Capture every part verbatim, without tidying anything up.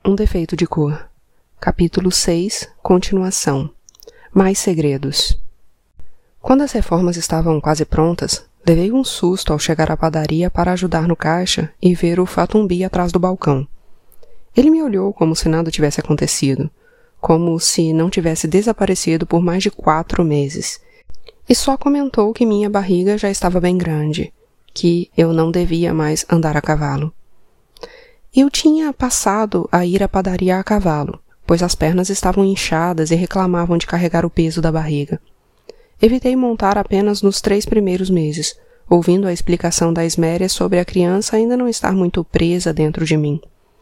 Um defeito de cor. Capítulo seis. Continuação. Mais segredos. Quando as reformas estavam quase prontas, levei um susto ao chegar à padaria para ajudar no caixa e ver o Fatumbi atrás do balcão. Ele me olhou como se nada tivesse acontecido, como se não tivesse desaparecido por mais de quatro meses, e só comentou que minha barriga já estava bem grande, que eu não devia mais andar a cavalo. Eu tinha passado a ir à padaria a cavalo, pois as pernas estavam inchadas e reclamavam de carregar o peso da barriga. Evitei montar apenas nos três primeiros meses, ouvindo a explicação da Esméria sobre a criança ainda não estar muito presa dentro de mim.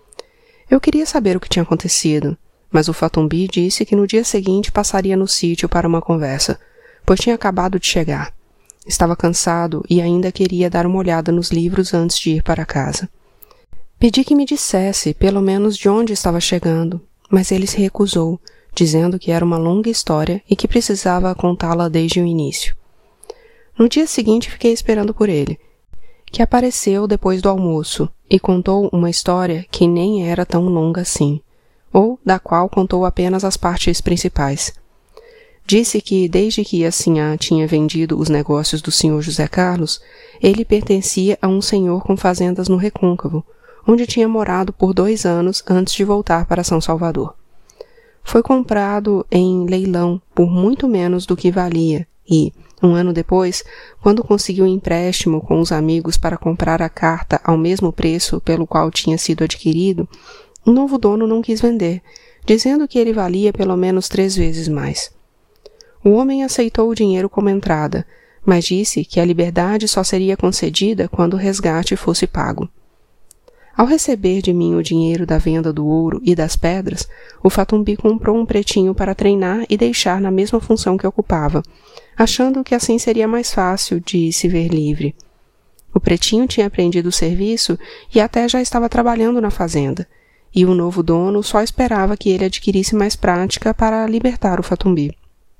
Eu queria saber o que tinha acontecido, mas o Fatumbi disse que no dia seguinte passaria no sítio para uma conversa, pois tinha acabado de chegar. Estava cansado e ainda queria dar uma olhada nos livros antes de ir para casa. Pedi que me dissesse, pelo menos, de onde estava chegando, mas ele se recusou, dizendo que era uma longa história e que precisava contá-la desde o início. No dia seguinte fiquei esperando por ele, que apareceu depois do almoço e contou uma história que nem era tão longa assim, ou da qual contou apenas as partes principais. Disse que, desde que a sinhá tinha vendido os negócios do senhor José Carlos, ele pertencia a um senhor com fazendas no Recôncavo, onde tinha morado por dois anos antes de voltar para São Salvador. Foi comprado em leilão por muito menos do que valia e, um ano depois, quando conseguiu um empréstimo com os amigos para comprar a carta ao mesmo preço pelo qual tinha sido adquirido, o novo dono não quis vender, dizendo que ele valia pelo menos três vezes mais. O homem aceitou o dinheiro como entrada, mas disse que a liberdade só seria concedida quando o resgate fosse pago. Ao receber de mim o dinheiro da venda do ouro e das pedras, o Fatumbi comprou um pretinho para treinar e deixar na mesma função que ocupava, achando que assim seria mais fácil de se ver livre. O pretinho tinha aprendido o serviço e até já estava trabalhando na fazenda, e o novo dono só esperava que ele adquirisse mais prática para libertar o Fatumbi.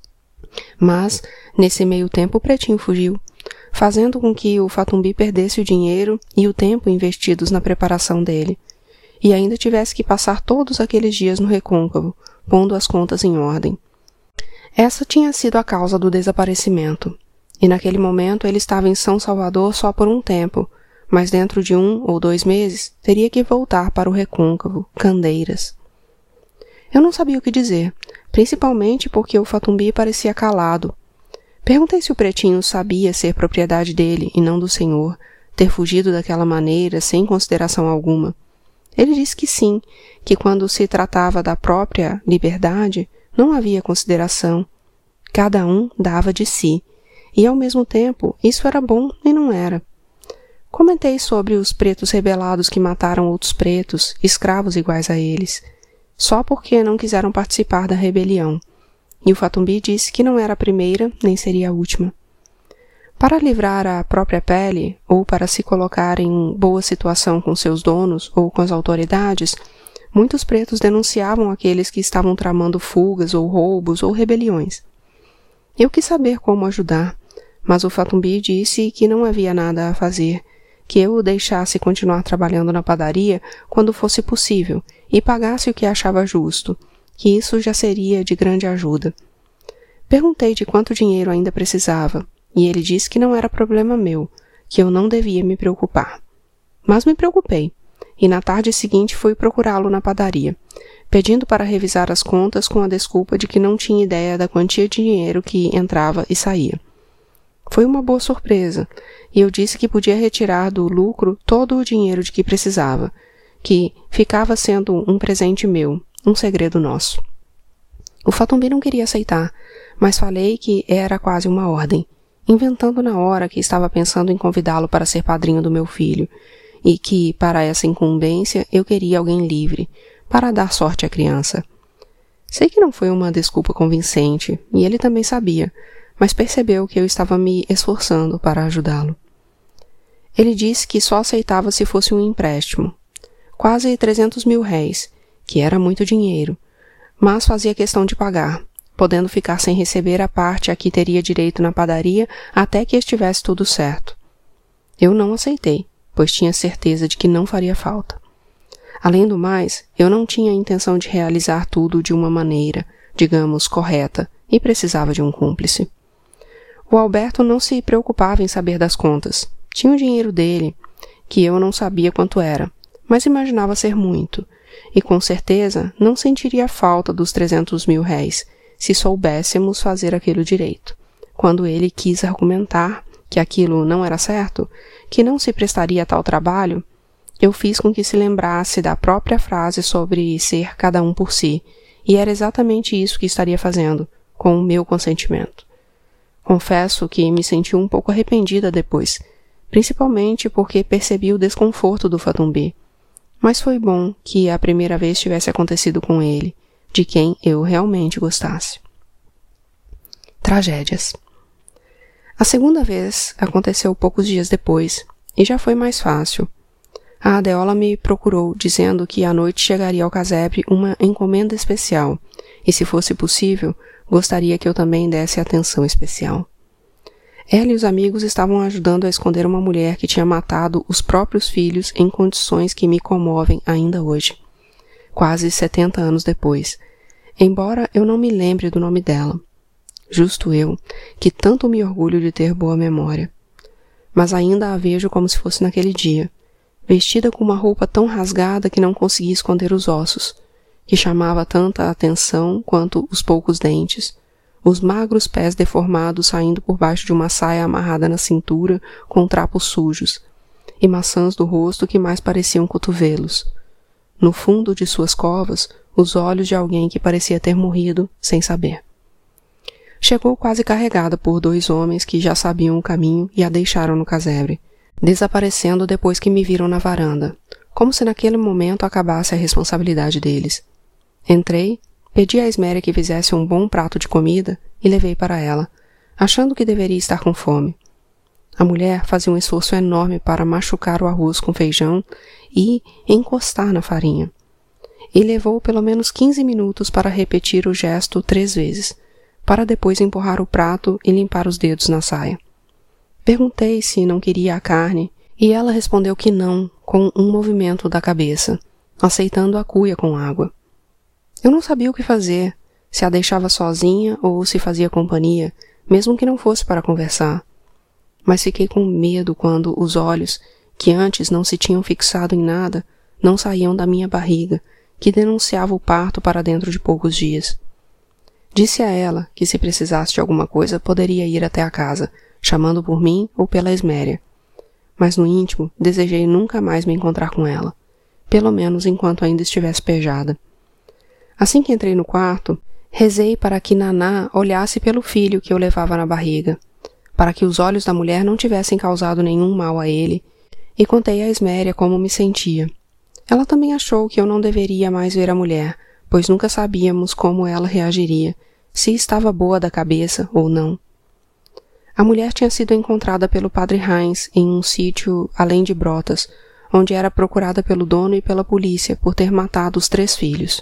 Mas, nesse meio tempo, o pretinho fugiu, fazendo com que o Fatumbi perdesse o dinheiro e o tempo investidos na preparação dele, e ainda tivesse que passar todos aqueles dias no Recôncavo, pondo as contas em ordem. Essa tinha sido a causa do desaparecimento, e naquele momento ele estava em São Salvador só por um tempo, mas dentro de um ou dois meses teria que voltar para o Recôncavo, Candeiras. Eu não sabia o que dizer, principalmente porque o Fatumbi parecia calado. Perguntei se o pretinho sabia ser propriedade dele e não do senhor, ter fugido daquela maneira sem consideração alguma. Ele disse que sim, que quando se tratava da própria liberdade, não havia consideração. Cada um dava de si, e ao mesmo tempo isso era bom e não era. Comentei sobre os pretos rebelados que mataram outros pretos, escravos iguais a eles, só porque não quiseram participar da rebelião. E o Fatumbi disse que não era a primeira, nem seria a última. Para livrar a própria pele, ou para se colocar em boa situação com seus donos ou com as autoridades, muitos pretos denunciavam aqueles que estavam tramando fugas ou roubos ou rebeliões. Eu quis saber como ajudar, mas o Fatumbi disse que não havia nada a fazer, que eu o deixasse continuar trabalhando na padaria quando fosse possível e pagasse o que achava justo, que isso já seria de grande ajuda. Perguntei de quanto dinheiro ainda precisava, e ele disse que não era problema meu, que eu não devia me preocupar. Mas me preocupei, e na tarde seguinte fui procurá-lo na padaria, pedindo para revisar as contas com a desculpa de que não tinha ideia da quantia de dinheiro que entrava e saía. Foi uma boa surpresa, e eu disse que podia retirar do lucro todo o dinheiro de que precisava, que ficava sendo um presente meu, um segredo nosso. O Fatumbi não queria aceitar, mas falei que era quase uma ordem, inventando na hora que estava pensando em convidá-lo para ser padrinho do meu filho, e que, para essa incumbência, eu queria alguém livre, para dar sorte à criança. Sei que não foi uma desculpa convincente, e ele também sabia, mas percebeu que eu estava me esforçando para ajudá-lo. Ele disse que só aceitava se fosse um empréstimo, quase trezentos mil réis, que era muito dinheiro, mas fazia questão de pagar, podendo ficar sem receber a parte a que teria direito na padaria até que estivesse tudo certo. Eu não aceitei, pois tinha certeza de que não faria falta. Além do mais, eu não tinha a intenção de realizar tudo de uma maneira, digamos, correta, e precisava de um cúmplice. O Alberto não se preocupava em saber das contas. Tinha o dinheiro dele, que eu não sabia quanto era, mas imaginava ser muito, e com certeza não sentiria falta dos trezentos mil réis, se soubéssemos fazer aquilo direito. Quando ele quis argumentar que aquilo não era certo, que não se prestaria a tal trabalho, eu fiz com que se lembrasse da própria frase sobre ser cada um por si, e era exatamente isso que estaria fazendo, com o meu consentimento. Confesso que me senti um pouco arrependida depois, principalmente porque percebi o desconforto do Fatumbi. Mas foi bom que a primeira vez tivesse acontecido com ele, de quem eu realmente gostasse. Tragédias. A segunda vez aconteceu poucos dias depois, e já foi mais fácil. A Adeola me procurou, dizendo que à noite chegaria ao casebre uma encomenda especial, e se fosse possível, gostaria que eu também desse atenção especial. Ela e os amigos estavam ajudando a esconder uma mulher que tinha matado os próprios filhos em condições que me comovem ainda hoje, quase setenta anos depois, embora eu não me lembre do nome dela. Justo eu, que tanto me orgulho de ter boa memória. Mas ainda a vejo como se fosse naquele dia, vestida com uma roupa tão rasgada que não conseguia esconder os ossos, que chamava tanta atenção quanto os poucos dentes, os magros pés deformados saindo por baixo de uma saia amarrada na cintura com trapos sujos, e maçãs do rosto que mais pareciam cotovelos. No fundo de suas covas, os olhos de alguém que parecia ter morrido sem saber. Chegou quase carregada por dois homens que já sabiam o caminho e a deixaram no casebre, desaparecendo depois que me viram na varanda, como se naquele momento acabasse a responsabilidade deles. Entrei, pedi a Esméria que fizesse um bom prato de comida e levei para ela, achando que deveria estar com fome. A mulher fazia um esforço enorme para machucar o arroz com feijão e encostar na farinha. E levou pelo menos quinze minutos para repetir o gesto três vezes, para depois empurrar o prato e limpar os dedos na saia. Perguntei se não queria a carne, e ela respondeu que não, com um movimento da cabeça, aceitando a cuia com água. Eu não sabia o que fazer, se a deixava sozinha ou se fazia companhia, mesmo que não fosse para conversar. Mas fiquei com medo quando os olhos, que antes não se tinham fixado em nada, não saíam da minha barriga, que denunciava o parto para dentro de poucos dias. Disse a ela que se precisasse de alguma coisa poderia ir até a casa, chamando por mim ou pela Esméria. Mas no íntimo desejei nunca mais me encontrar com ela, pelo menos enquanto ainda estivesse pejada. Assim que entrei no quarto, rezei para que Naná olhasse pelo filho que eu levava na barriga, para que os olhos da mulher não tivessem causado nenhum mal a ele, e contei a Esméria como me sentia. Ela também achou que eu não deveria mais ver a mulher, pois nunca sabíamos como ela reagiria, se estava boa da cabeça ou não. A mulher tinha sido encontrada pelo padre Heinz em um sítio além de Brotas, onde era procurada pelo dono e pela polícia por ter matado os três filhos.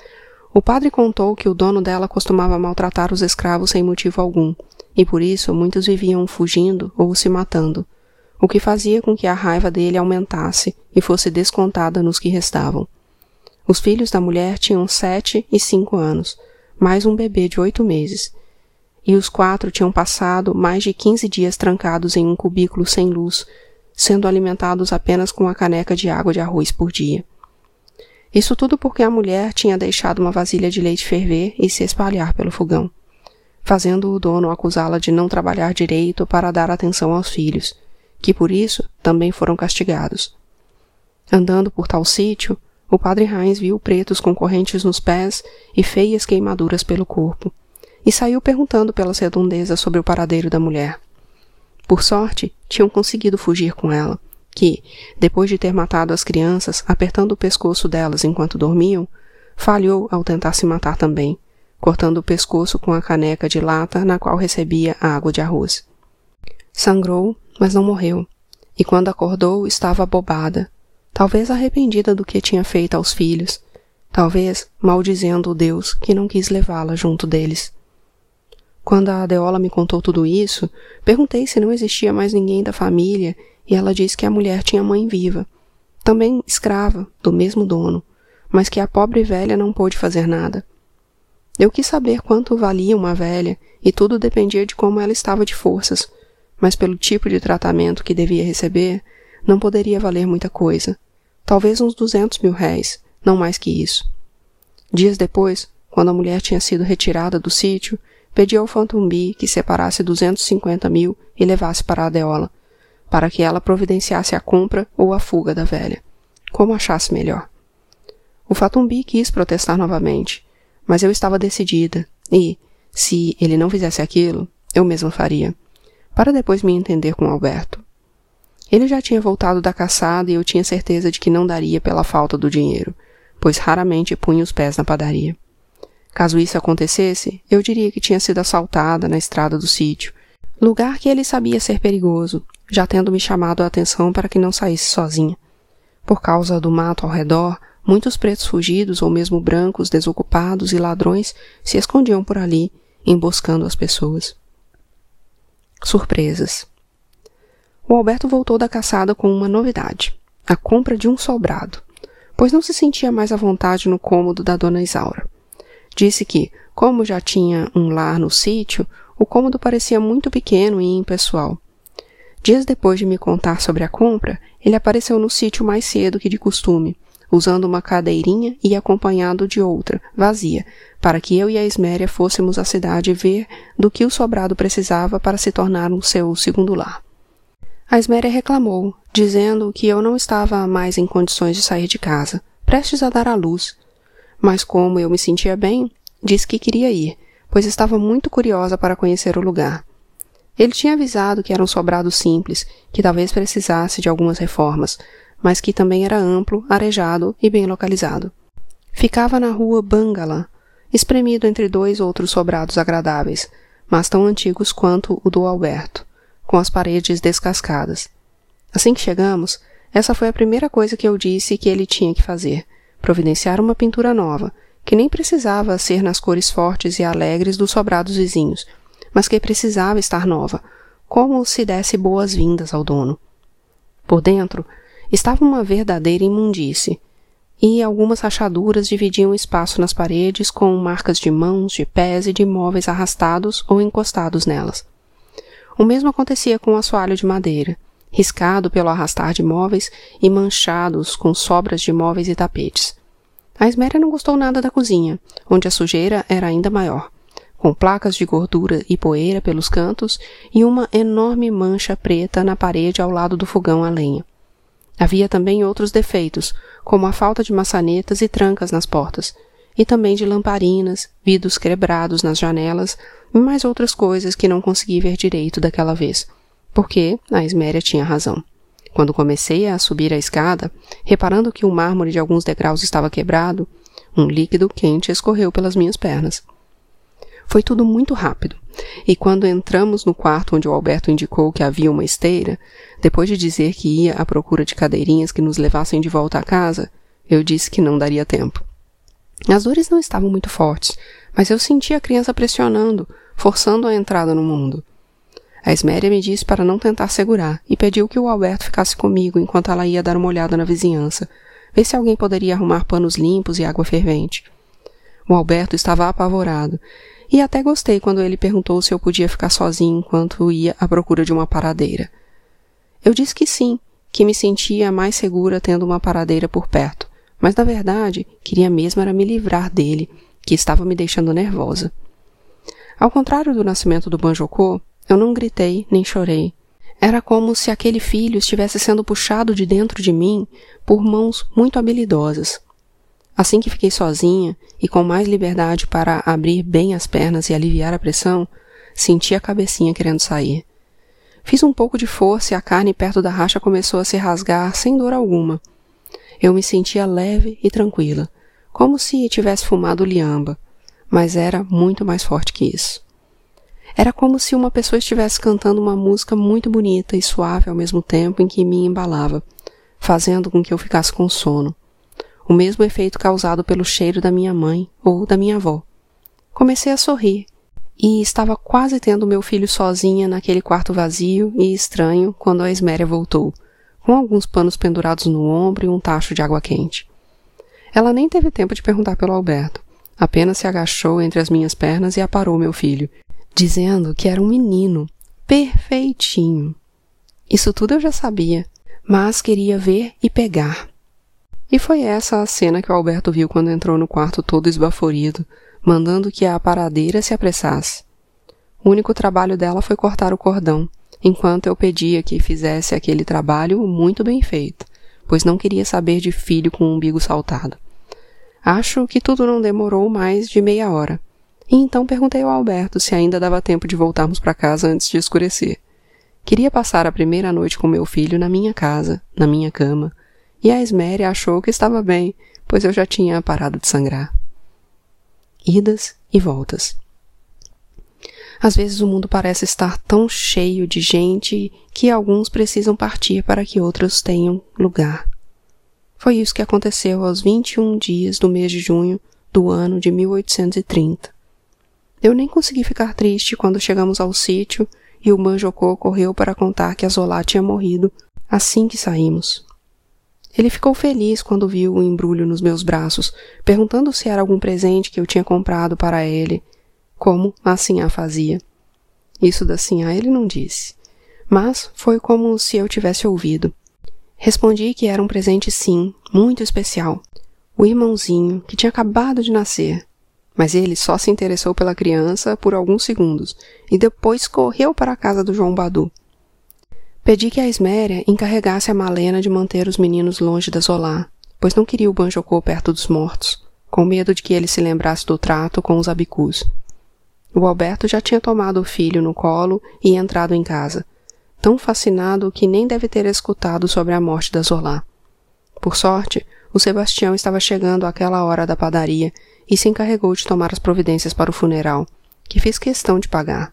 O padre contou que o dono dela costumava maltratar os escravos sem motivo algum, e por isso muitos viviam fugindo ou se matando, o que fazia com que a raiva dele aumentasse e fosse descontada nos que restavam. Os filhos da mulher tinham sete e cinco anos, mais um bebê de oito meses, e os quatro tinham passado mais de quinze dias trancados em um cubículo sem luz, sendo alimentados apenas com uma caneca de água de arroz por dia. Isso tudo porque a mulher tinha deixado uma vasilha de leite ferver e se espalhar pelo fogão, fazendo o dono acusá-la de não trabalhar direito para dar atenção aos filhos, que por isso também foram castigados. Andando por tal sítio, o padre Heinz viu pretos com correntes nos pés e feias queimaduras pelo corpo, e saiu perguntando pelas redondezas sobre o paradeiro da mulher. Por sorte, tinham conseguido fugir com ela, que, depois de ter matado as crianças, apertando o pescoço delas enquanto dormiam, falhou ao tentar se matar também, cortando o pescoço com a caneca de lata na qual recebia a água de arroz. Sangrou, mas não morreu, e quando acordou estava abobada, talvez arrependida do que tinha feito aos filhos, talvez maldizendo o Deus que não quis levá-la junto deles. Quando a Adeola me contou tudo isso, perguntei se não existia mais ninguém da família, e ela disse que a mulher tinha mãe viva, também escrava do mesmo dono, mas que a pobre velha não pôde fazer nada. Eu quis saber quanto valia uma velha, e tudo dependia de como ela estava de forças, mas pelo tipo de tratamento que devia receber, não poderia valer muita coisa. Talvez uns duzentos mil réis, não mais que isso. Dias depois, quando a mulher tinha sido retirada do sítio, pedi ao Fantumbi que separasse duzentos e cinquenta mil e levasse para a Adeola, para que ela providenciasse a compra ou a fuga da velha, como achasse melhor. O Fatumbi quis protestar novamente, mas eu estava decidida e, se ele não fizesse aquilo, eu mesma faria, para depois me entender com Alberto. Ele já tinha voltado da caçada e eu tinha certeza de que não daria pela falta do dinheiro, pois raramente punha os pés na padaria. Caso isso acontecesse, eu diria que tinha sido assaltada na estrada do sítio, lugar que ele sabia ser perigoso, já tendo me chamado a atenção para que não saísse sozinha. Por causa do mato ao redor, muitos pretos fugidos ou mesmo brancos desocupados e ladrões se escondiam por ali, emboscando as pessoas. Surpresas. O Alberto voltou da caçada com uma novidade, a compra de um sobrado, pois não se sentia mais à vontade no cômodo da dona Isaura. Disse que, como já tinha um lar no sítio, o cômodo parecia muito pequeno e impessoal. Dias depois de me contar sobre a compra, ele apareceu no sítio mais cedo que de costume, usando uma cadeirinha e acompanhado de outra, vazia, para que eu e a Esméria fôssemos à cidade ver do que o sobrado precisava para se tornar o seu segundo lar. A Esméria reclamou, dizendo que eu não estava mais em condições de sair de casa, prestes a dar à luz. Mas como eu me sentia bem, disse que queria ir, pois estava muito curiosa para conhecer o lugar. Ele tinha avisado que era um sobrado simples, que talvez precisasse de algumas reformas, mas que também era amplo, arejado e bem localizado. Ficava na rua Bangala, espremido entre dois outros sobrados agradáveis, mas tão antigos quanto o do Alberto, com as paredes descascadas. Assim que chegamos, essa foi a primeira coisa que eu disse que ele tinha que fazer, providenciar uma pintura nova, que nem precisava ser nas cores fortes e alegres dos sobrados vizinhos, mas que precisava estar nova, como se desse boas-vindas ao dono. Por dentro, estava uma verdadeira imundície, e algumas rachaduras dividiam o espaço nas paredes com marcas de mãos, de pés e de móveis arrastados ou encostados nelas. O mesmo acontecia com o assoalho de madeira, riscado pelo arrastar de móveis e manchados com sobras de móveis e tapetes. A Esméria não gostou nada da cozinha, onde a sujeira era ainda maior, com placas de gordura e poeira pelos cantos e uma enorme mancha preta na parede ao lado do fogão a lenha. Havia também outros defeitos, como a falta de maçanetas e trancas nas portas, e também de lamparinas, vidros quebrados nas janelas e mais outras coisas que não consegui ver direito daquela vez, porque a Esméria tinha razão. Quando comecei a subir a escada, reparando que o mármore de alguns degraus estava quebrado, um líquido quente escorreu pelas minhas pernas. Foi tudo muito rápido, e quando entramos no quarto onde o Alberto indicou que havia uma esteira, depois de dizer que ia à procura de cadeirinhas que nos levassem de volta à casa, eu disse que não daria tempo. As dores não estavam muito fortes, mas eu sentia a criança pressionando, forçando a entrada no mundo. A Esméria me disse para não tentar segurar e pediu que o Alberto ficasse comigo enquanto ela ia dar uma olhada na vizinhança, ver se alguém poderia arrumar panos limpos e água fervente. O Alberto estava apavorado, e até gostei quando ele perguntou se eu podia ficar sozinho enquanto ia à procura de uma paradeira. Eu disse que sim, que me sentia mais segura tendo uma paradeira por perto, mas na verdade queria mesmo era me livrar dele, que estava me deixando nervosa. Ao contrário do nascimento do Banjocô, eu não gritei nem chorei. Era como se aquele filho estivesse sendo puxado de dentro de mim por mãos muito habilidosas. Assim que fiquei sozinha e com mais liberdade para abrir bem as pernas e aliviar a pressão, senti a cabecinha querendo sair. Fiz um pouco de força e a carne perto da racha começou a se rasgar sem dor alguma. Eu me sentia leve e tranquila, como se tivesse fumado liamba, mas era muito mais forte que isso. Era como se uma pessoa estivesse cantando uma música muito bonita e suave ao mesmo tempo em que me embalava, fazendo com que eu ficasse com sono. O mesmo efeito causado pelo cheiro da minha mãe ou da minha avó. Comecei a sorrir, e estava quase tendo meu filho sozinha naquele quarto vazio e estranho quando a Esméria voltou, com alguns panos pendurados no ombro e um tacho de água quente. Ela nem teve tempo de perguntar pelo Alberto, apenas se agachou entre as minhas pernas e aparou meu filho, dizendo que era um menino, perfeitinho. Isso tudo eu já sabia, mas queria ver e pegar. E foi essa a cena que o Alberto viu quando entrou no quarto todo esbaforido, mandando que a aparadeira se apressasse. O único trabalho dela foi cortar o cordão, enquanto eu pedia que fizesse aquele trabalho muito bem feito, pois não queria saber de filho com o umbigo saltado. Acho que tudo não demorou mais de meia hora, e então perguntei ao Alberto se ainda dava tempo de voltarmos para casa antes de escurecer. Queria passar a primeira noite com meu filho na minha casa, na minha cama, e a Esméria achou que estava bem, pois eu já tinha parado de sangrar. Idas e voltas. Às vezes o mundo parece estar tão cheio de gente que alguns precisam partir para que outros tenham lugar. Foi isso que aconteceu aos vinte e um dias do mês de junho do ano de mil oitocentos e trinta. Eu nem consegui ficar triste quando chegamos ao sítio e o Banjocô correu para contar que a Zolá tinha morrido assim que saímos. Ele ficou feliz quando viu o embrulho nos meus braços, perguntando se era algum presente que eu tinha comprado para ele, como a Sinhá fazia. Isso da Sinhá ele não disse, mas foi como se eu tivesse ouvido. Respondi que era um presente sim, muito especial, o irmãozinho que tinha acabado de nascer, mas ele só se interessou pela criança por alguns segundos e depois correu para a casa do João Badu. Pedi que a Esméria encarregasse a Malena de manter os meninos longe da Zolá, pois não queria o Banjocô perto dos mortos, com medo de que ele se lembrasse do trato com os abicus. O Alberto já tinha tomado o filho no colo e entrado em casa, tão fascinado que nem deve ter escutado sobre a morte da Zolá. Por sorte, o Sebastião estava chegando àquela hora da padaria e se encarregou de tomar as providências para o funeral, que fiz questão de pagar.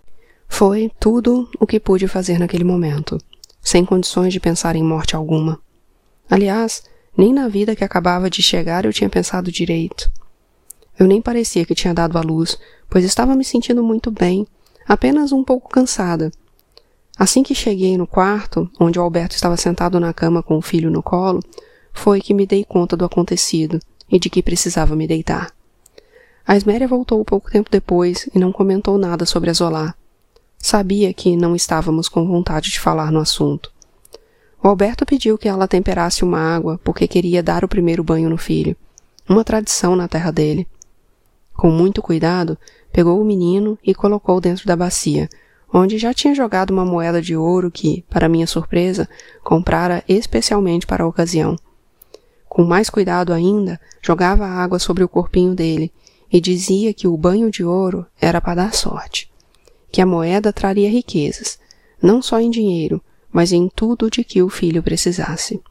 Foi tudo o que pude fazer naquele momento, sem condições de pensar em morte alguma. Aliás, nem na vida que acabava de chegar eu tinha pensado direito. Eu nem parecia que tinha dado à luz, pois estava me sentindo muito bem, apenas um pouco cansada. Assim que cheguei no quarto, onde o Alberto estava sentado na cama com o filho no colo, foi que me dei conta do acontecido e de que precisava me deitar. A Esméria voltou pouco tempo depois e não comentou nada sobre a Zolá. Sabia que não estávamos com vontade de falar no assunto. O Alberto pediu que ela temperasse uma água porque queria dar o primeiro banho no filho, uma tradição na terra dele. Com muito cuidado, pegou o menino e colocou dentro da bacia, onde já tinha jogado uma moeda de ouro que, para minha surpresa, comprara especialmente para a ocasião. Com mais cuidado ainda, jogava a água sobre o corpinho dele e dizia que o banho de ouro era para dar sorte, que a moeda traria riquezas, não só em dinheiro, mas em tudo de que o filho precisasse.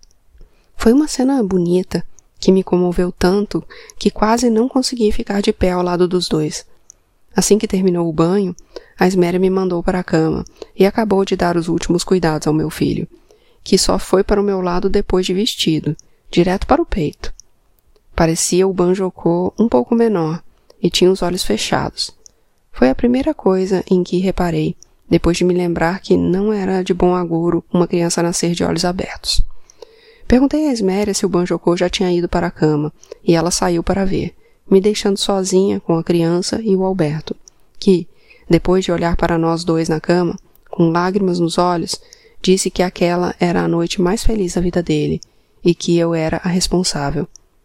Foi uma cena bonita, que me comoveu tanto que quase não consegui ficar de pé ao lado dos dois. Assim que terminou o banho, a Esméria me mandou para a cama e acabou de dar os últimos cuidados ao meu filho, que só foi para o meu lado depois de vestido, direto para o peito. Parecia o Banjocô um pouco menor e tinha os olhos fechados. Foi a primeira coisa em que reparei, depois de me lembrar que não era de bom agouro uma criança nascer de olhos abertos. Perguntei a Esméria se o Banjocô já tinha ido para a cama, e ela saiu para ver, me deixando sozinha com a criança e o Alberto, que, depois de olhar para nós dois na cama, com lágrimas nos olhos, disse que aquela era a noite mais feliz da vida dele, e que eu era a responsável.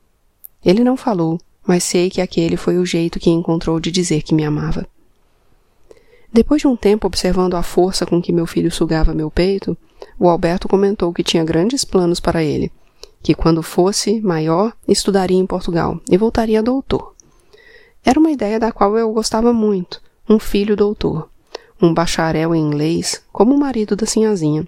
Ele não falou, mas sei que aquele foi o jeito que encontrou de dizer que me amava. Depois de um tempo observando a força com que meu filho sugava meu peito, o Alberto comentou que tinha grandes planos para ele, que quando fosse maior estudaria em Portugal e voltaria doutor. Era uma ideia da qual eu gostava muito, um filho doutor, um bacharel em inglês, como o marido da Sinhazinha.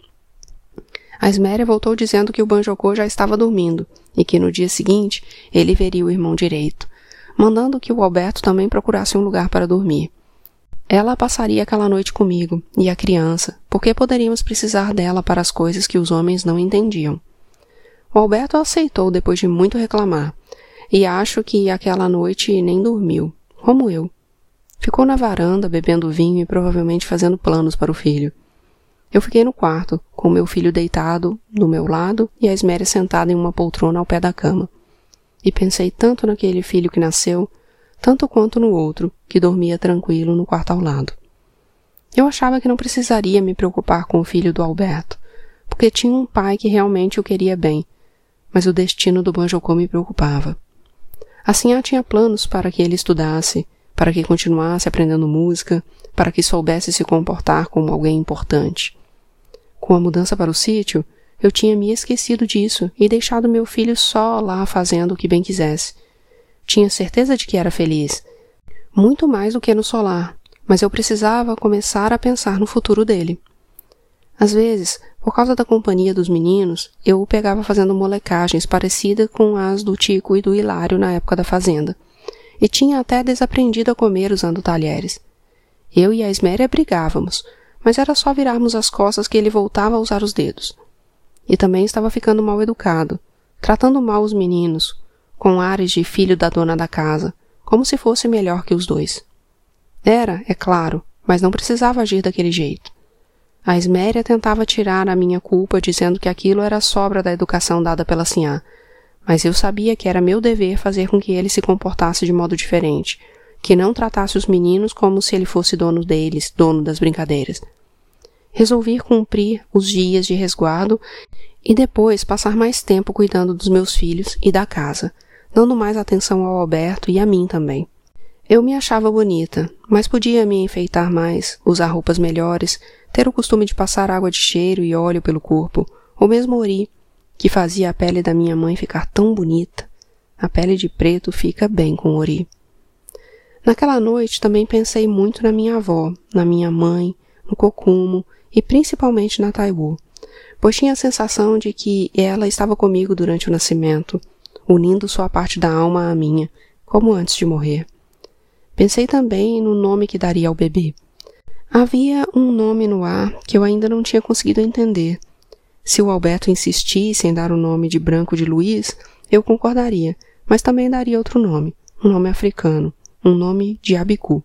A Esméria voltou dizendo que o Banjocô já estava dormindo e que no dia seguinte ele veria o irmão direito, mandando que o Alberto também procurasse um lugar para dormir. Ela passaria aquela noite comigo e a criança, porque poderíamos precisar dela para as coisas que os homens não entendiam. O Alberto aceitou depois de muito reclamar, e acho que aquela noite nem dormiu, como eu. Ficou na varanda bebendo vinho e provavelmente fazendo planos para o filho. Eu fiquei no quarto, com meu filho deitado do meu lado e a Esméria sentada em uma poltrona ao pé da cama. E pensei tanto naquele filho que nasceu, tanto quanto no outro, que dormia tranquilo no quarto ao lado. Eu achava que não precisaria me preocupar com o filho do Alberto, porque tinha um pai que realmente o queria bem, mas o destino do Banjocô me preocupava. Assim, ela tinha planos para que ele estudasse, para que continuasse aprendendo música, para que soubesse se comportar como alguém importante. Com a mudança para o sítio, eu tinha me esquecido disso e deixado meu filho só lá fazendo o que bem quisesse. Tinha certeza de que era feliz, muito mais do que no solar, mas eu precisava começar a pensar no futuro dele. Às vezes, por causa da companhia dos meninos, eu o pegava fazendo molecagens parecidas com as do Tico e do Hilário na época da fazenda, e tinha até desaprendido a comer usando talheres. Eu e a Esméria brigávamos, mas era só virarmos as costas que ele voltava a usar os dedos. E também estava ficando mal educado, tratando mal os meninos, com ares de filho da dona da casa, como se fosse melhor que os dois. Era, é claro, mas não precisava agir daquele jeito. A Esméria tentava tirar a minha culpa dizendo que aquilo era sobra da educação dada pela sinhá, mas eu sabia que era meu dever fazer com que ele se comportasse de modo diferente, que não tratasse os meninos como se ele fosse dono deles, dono das brincadeiras. Resolvi cumprir os dias de resguardo e depois passar mais tempo cuidando dos meus filhos e da casa, dando mais atenção ao Alberto e a mim também. Eu me achava bonita, mas podia me enfeitar mais, usar roupas melhores, ter o costume de passar água de cheiro e óleo pelo corpo, ou mesmo Ori, que fazia a pele da minha mãe ficar tão bonita. A pele de preto fica bem com Ori. Naquela noite também pensei muito na minha avó, na minha mãe, no Cocumo e principalmente na Taiwu, pois tinha a sensação de que ela estava comigo durante o nascimento, unindo sua parte da alma à minha, como antes de morrer. Pensei também no nome que daria ao bebê. Havia um nome no ar que eu ainda não tinha conseguido entender. Se o Alberto insistisse em dar o nome de Branco de Luiz, eu concordaria, mas também daria outro nome, um nome africano, um nome de Abicu.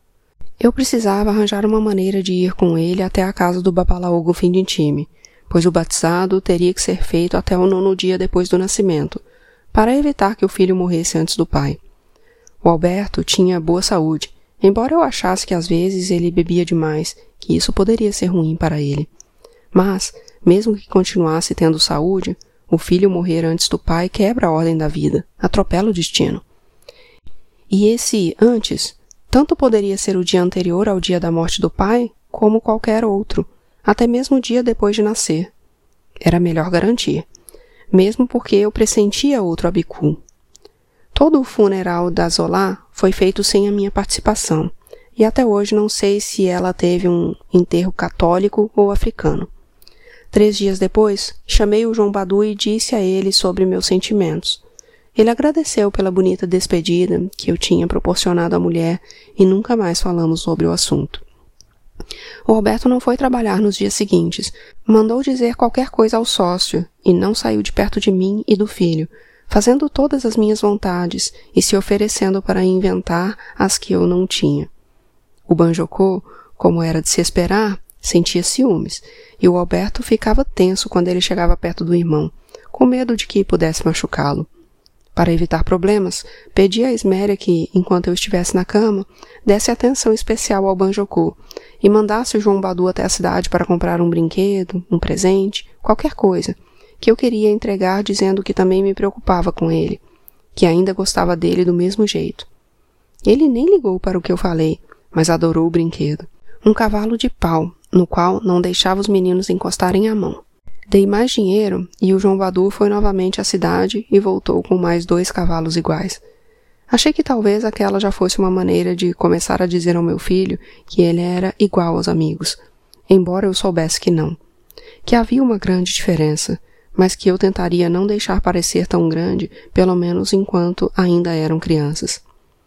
Eu precisava arranjar uma maneira de ir com ele até a casa do Babalaogo Findintime, pois o batizado teria que ser feito até o nono dia depois do nascimento, para evitar que o filho morresse antes do pai. O Alberto tinha boa saúde, embora eu achasse que às vezes ele bebia demais, que isso poderia ser ruim para ele. Mas, mesmo que continuasse tendo saúde, o filho morrer antes do pai quebra a ordem da vida, atropela o destino. E esse antes, tanto poderia ser o dia anterior ao dia da morte do pai, como qualquer outro, até mesmo o dia depois de nascer. Era melhor garantir, mesmo porque eu pressentia outro Abicu. Todo o funeral da Zola foi feito sem a minha participação, e até hoje não sei se ela teve um enterro católico ou africano. Três dias depois, chamei o João Badu e disse a ele sobre meus sentimentos. Ele agradeceu pela bonita despedida que eu tinha proporcionado à mulher e nunca mais falamos sobre o assunto. O Alberto não foi trabalhar nos dias seguintes, mandou dizer qualquer coisa ao sócio e não saiu de perto de mim e do filho, fazendo todas as minhas vontades e se oferecendo para inventar as que eu não tinha. O Banjocô, como era de se esperar, sentia ciúmes, e o Alberto ficava tenso quando ele chegava perto do irmão, com medo de que pudesse machucá-lo. Para evitar problemas, pedi a Esméria que, enquanto eu estivesse na cama, desse atenção especial ao Banjocô e mandasse o João Badu até a cidade para comprar um brinquedo, um presente, qualquer coisa, que eu queria entregar dizendo que também me preocupava com ele, que ainda gostava dele do mesmo jeito. Ele nem ligou para o que eu falei, mas adorou o brinquedo. Um cavalo de pau, no qual não deixava os meninos encostarem a mão. Dei mais dinheiro e o João Badu foi novamente à cidade e voltou com mais dois cavalos iguais. Achei que talvez aquela já fosse uma maneira de começar a dizer ao meu filho que ele era igual aos amigos, embora eu soubesse que não. Que havia uma grande diferença, mas que eu tentaria não deixar parecer tão grande, pelo menos enquanto ainda eram crianças.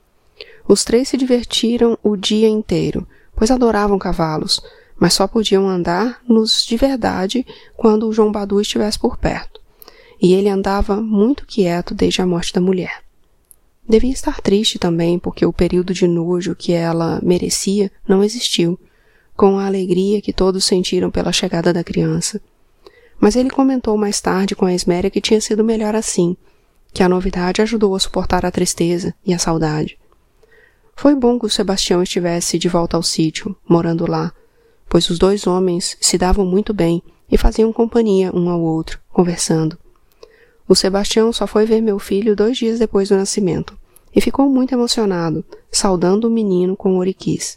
Os três se divertiram o dia inteiro, pois adoravam cavalos, mas só podiam andar-nos de verdade quando o João Badu estivesse por perto, e ele andava muito quieto desde a morte da mulher. Devia estar triste também porque o período de nojo que ela merecia não existiu, com a alegria que todos sentiram pela chegada da criança. Mas ele comentou mais tarde com a Esméria que tinha sido melhor assim, que a novidade ajudou a suportar a tristeza e a saudade. Foi bom que o Sebastião estivesse de volta ao sítio, morando lá, pois os dois homens se davam muito bem e faziam companhia um ao outro, conversando. O Sebastião só foi ver meu filho dois dias depois do nascimento e ficou muito emocionado, saudando o menino com oriquis.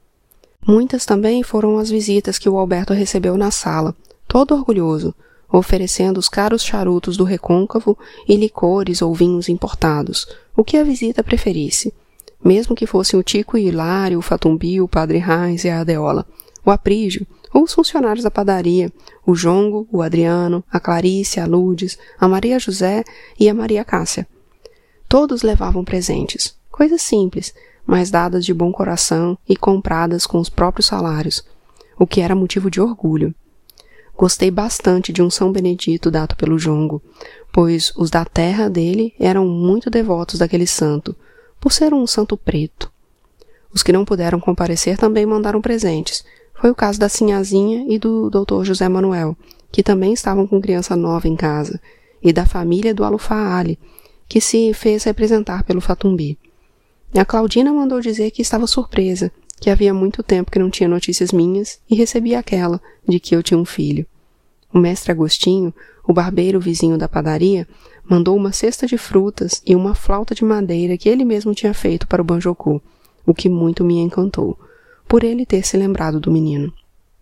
Muitas também foram as visitas que o Alberto recebeu na sala, todo orgulhoso, oferecendo os caros charutos do Recôncavo e licores ou vinhos importados, o que a visita preferisse, mesmo que fossem o Tico e Hilário, o Fatumbi, o Padre Reis e a Adeola, o Aprígio, ou os funcionários da padaria, o Jongo, o Adriano, a Clarice, a Lourdes, a Maria José e a Maria Cássia. Todos levavam presentes, coisas simples, mas dadas de bom coração e compradas com os próprios salários, o que era motivo de orgulho. Gostei bastante de um São Benedito dado pelo Jongo, pois os da terra dele eram muito devotos daquele santo, por ser um santo preto. Os que não puderam comparecer também mandaram presentes. Foi o caso da Sinhazinha e do doutor José Manuel, que também estavam com criança nova em casa, e da família do Alufaale, que se fez representar pelo Fatumbi. A Claudina mandou dizer que estava surpresa, que havia muito tempo que não tinha notícias minhas e recebia aquela de que eu tinha um filho. O mestre Agostinho, o barbeiro vizinho da padaria, mandou uma cesta de frutas e uma flauta de madeira que ele mesmo tinha feito para o Banjocu, o que muito me encantou, por ele ter se lembrado do menino.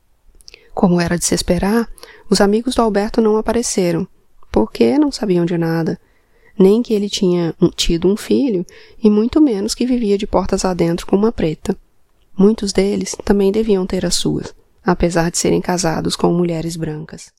Como era de se esperar, os amigos do Alberto não apareceram, porque não sabiam de nada, nem que ele tinha tido um filho e muito menos que vivia de portas adentro com uma preta. Muitos deles também deviam ter as suas, apesar de serem casados com mulheres brancas.